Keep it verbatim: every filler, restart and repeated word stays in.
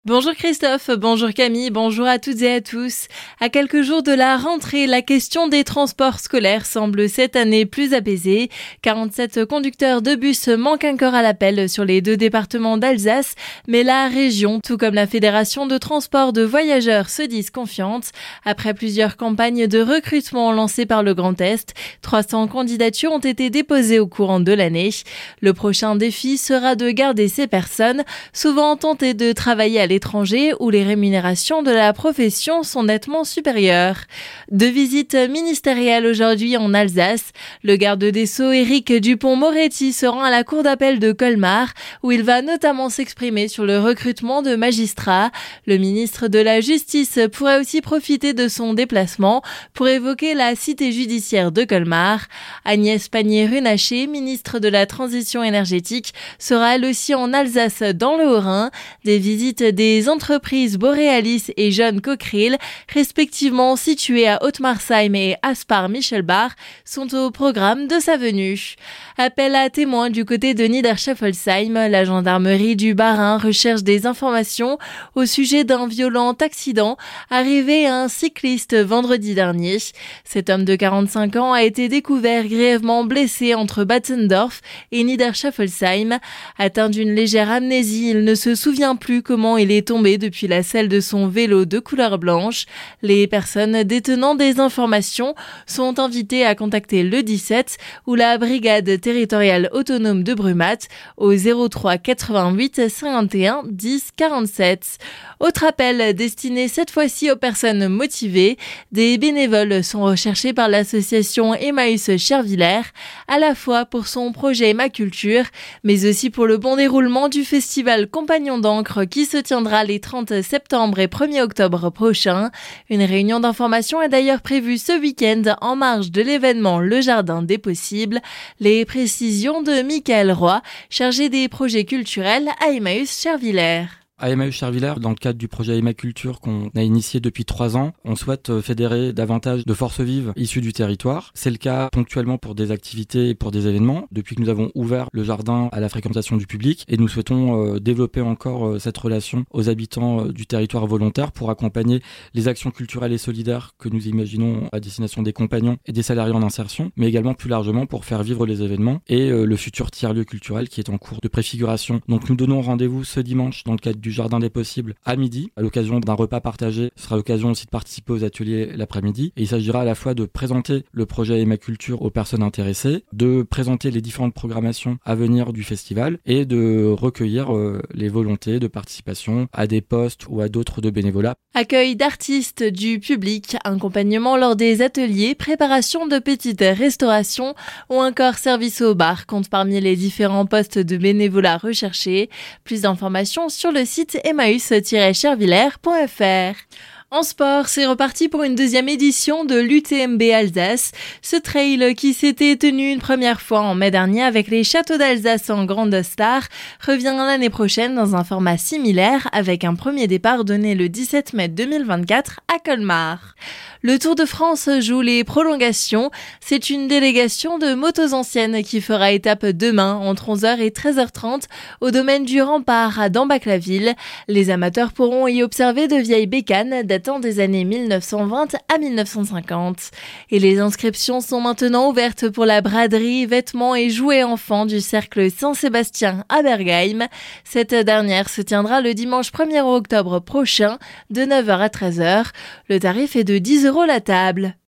Bonjour Christophe, bonjour Camille, bonjour à toutes et à tous. À quelques jours de la rentrée, la question des transports scolaires semble cette année plus apaisée. quarante-sept conducteurs de bus manquent encore à l'appel sur les deux départements d'Alsace, mais la région, tout comme la Fédération de transport de voyageurs, se disent confiantes. Après plusieurs campagnes de recrutement lancées par le Grand Est, trois cents candidatures ont été déposées au courant de l'année. Le prochain défi sera de garder ces personnes, souvent tentées de travailler à l'étranger où les rémunérations de la profession sont nettement supérieures. Deux visites ministérielles aujourd'hui en Alsace. Le garde des Sceaux Éric Dupond-Moretti se rend à la cour d'appel de Colmar où il va notamment s'exprimer sur le recrutement de magistrats. Le ministre de la Justice pourrait aussi profiter de son déplacement pour évoquer la cité judiciaire de Colmar. Agnès Pannier-Runacher, ministre de la Transition énergétique, sera elle aussi en Alsace dans le Haut-Rhin. Des visites des des entreprises Borealis et John Cockerill, respectivement situées à Ottmarsheim et Aspar-Michelbach, sont au programme de sa venue. Appel à témoins du côté de Niederscheffelsheim, la gendarmerie du Bas-Rhin recherche des informations au sujet d'un violent accident arrivé à un cycliste vendredi dernier. Cet homme de quarante-cinq ans a été découvert grièvement blessé entre Batzendorf et Niederscheffelsheim. Atteint d'une légère amnésie, il ne se souvient plus comment il est tombé depuis la selle de son vélo de couleur blanche. Les personnes détenant des informations sont invitées à contacter le dix-sept ou la brigade territoriale autonome de Brumath au zéro trois quatre-vingt-huit cinquante et un dix quarante-sept. Autre appel destiné cette fois-ci aux personnes motivées. Des bénévoles sont recherchés par l'association Emmaüs Chervillers, à la fois pour son projet Ma Culture, mais aussi pour le bon déroulement du festival Compagnon d'encre qui se tiendra les trente septembre et premier octobre prochains. Une réunion d'information est d'ailleurs prévue ce week-end en marge de l'événement Le Jardin des Possibles. Les précisions de Michael Roy, chargé des projets culturels à Emmaüs Chervillers. À Emmaüs Chervillers, dans le cadre du projet Emma Culture qu'on a initié depuis trois ans, on souhaite fédérer davantage de forces vives issues du territoire. C'est le cas ponctuellement pour des activités et pour des événements, depuis que nous avons ouvert le jardin à la fréquentation du public, et nous souhaitons euh, développer encore euh, cette relation aux habitants euh, du territoire volontaire pour accompagner les actions culturelles et solidaires que nous imaginons à destination des compagnons et des salariés en insertion, mais également plus largement pour faire vivre les événements et euh, le futur tiers-lieu culturel qui est en cours de préfiguration. Donc nous donnons rendez-vous ce dimanche dans le cadre du Jardin des Possibles à midi, à l'occasion d'un repas partagé. Ce sera l'occasion aussi de participer aux ateliers l'après-midi. Et il s'agira à la fois de présenter le projet Emma Culture aux personnes intéressées, de présenter les différentes programmations à venir du festival et de recueillir euh, les volontés de participation à des postes ou à d'autres de bénévolat. Accueil d'artistes, du public, accompagnement lors des ateliers, préparation de petites restaurations ou encore service au bar comptent parmi les différents postes de bénévolat recherchés. Plus d'informations sur le site emmaüs tiret chervillers point f r. En sport, c'est reparti pour une deuxième édition de l'U T M B Alsace. Ce trail qui s'était tenu une première fois en mai dernier avec les Châteaux d'Alsace en grande star revient l'année prochaine dans un format similaire avec un premier départ donné le dix-sept mai deux mille vingt-quatre à Colmar. Le Tour de France joue les prolongations. C'est une délégation de motos anciennes qui fera étape demain entre onze heures et treize heures trente au domaine du Rempart à Dambach-la-Ville. Les amateurs pourront y observer de vieilles bécanes datant des années mille neuf cent vingt à mille neuf cent cinquante. Et les inscriptions sont maintenant ouvertes pour la braderie, vêtements et jouets enfants du cercle Saint-Sébastien à Bergheim. Cette dernière se tiendra le dimanche premier octobre prochain de neuf heures à treize heures. Le tarif est de dix euros la table.